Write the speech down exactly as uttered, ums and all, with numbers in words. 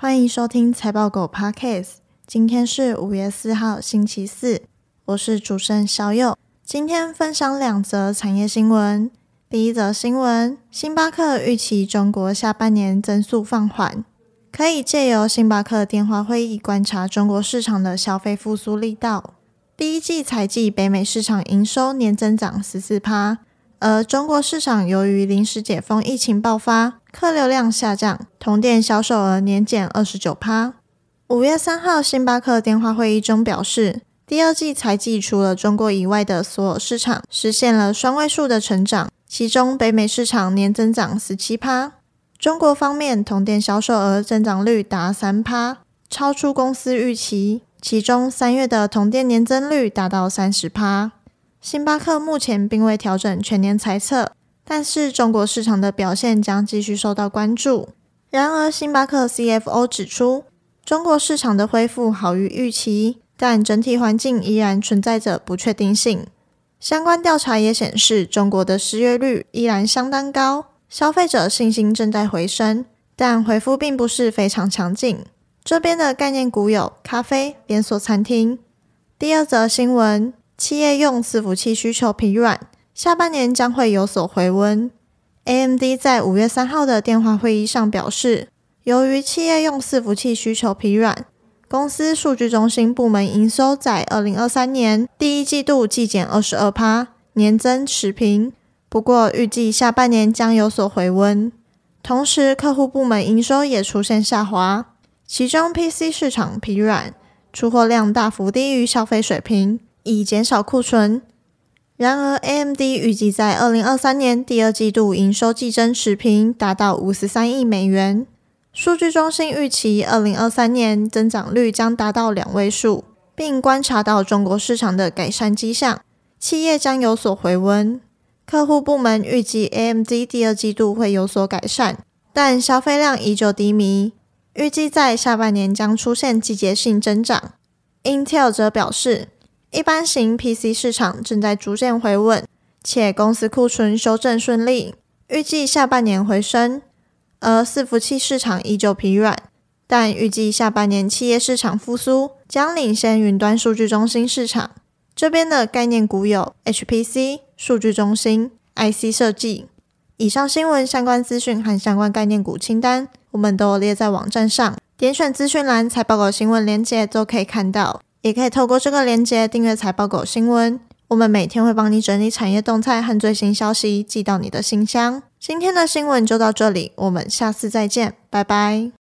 欢迎收听财报狗 Podcast， 今天是五月四号星期四，我是主持人小友。今天分享两则产业新闻。第一则新闻，星巴克预期中国下半年增速放缓，可以借由星巴克电话会议观察中国市场的消费复苏力道。第一季财季北美市场营收年增长 百分之十四， 而中国市场由于临时解封疫情爆发，客流量下降，同店销售额年减 百分之二十九。 五月三号星巴克电话会议中表示，第二季财季除了中国以外的所有市场实现了双位数的成长，其中北美市场年增长 百分之十七， 中国方面同店销售额增长率达 百分之三， 超出公司预期，其中三月的同店年增率达到 百分之三十。 星巴克目前并未调整全年财测，但是中国市场的表现将继续受到关注。然而星巴克 C F O 指出，中国市场的恢复好于预期，但整体环境依然存在着不确定性。相关调查也显示，中国的失业率依然相当高，消费者信心正在回升，但回复并不是非常强劲。这边的概念股有咖啡、连锁餐厅。第二则新闻，企业用伺服器需求疲软，下半年将会有所回温。A M D 在五月三号的电话会议上表示，由于企业用伺服器需求疲软，公司数据中心部门营收在二零二三年第一季度季减 百分之二十二， 年增持平，不过预计下半年将有所回温。同时客户部门营收也出现下滑，其中 P C 市场疲软，出货量大幅低于消费水平，以减少库存。然而 A M D 预计在二零二三年第二季度营收季增持平，达到五十三亿美元。数据中心预期二零二三年增长率将达到两位数，并观察到中国市场的改善迹象，企业将有所回温。客户部门预计 A M D 第二季度会有所改善，但消费量依旧低迷，预计在下半年将出现季节性增长。Intel 则表示，一般型 P C 市场正在逐渐回稳，且公司库存修正顺利，预计下半年回升。而伺服器市场依旧疲软，但预计下半年企业市场复苏将领先云端数据中心市场。这边的概念股有 H P C、数据中心、I C 设计。以上新闻相关资讯和相关概念股清单，我们都有列在网站上，点选资讯栏财报狗新闻连结都可以看到，也可以透过这个连结订阅财报狗新闻。我们每天会帮你整理产业动态和最新消息，寄到你的信箱。今天的新闻就到这里，我们下次再见，拜拜。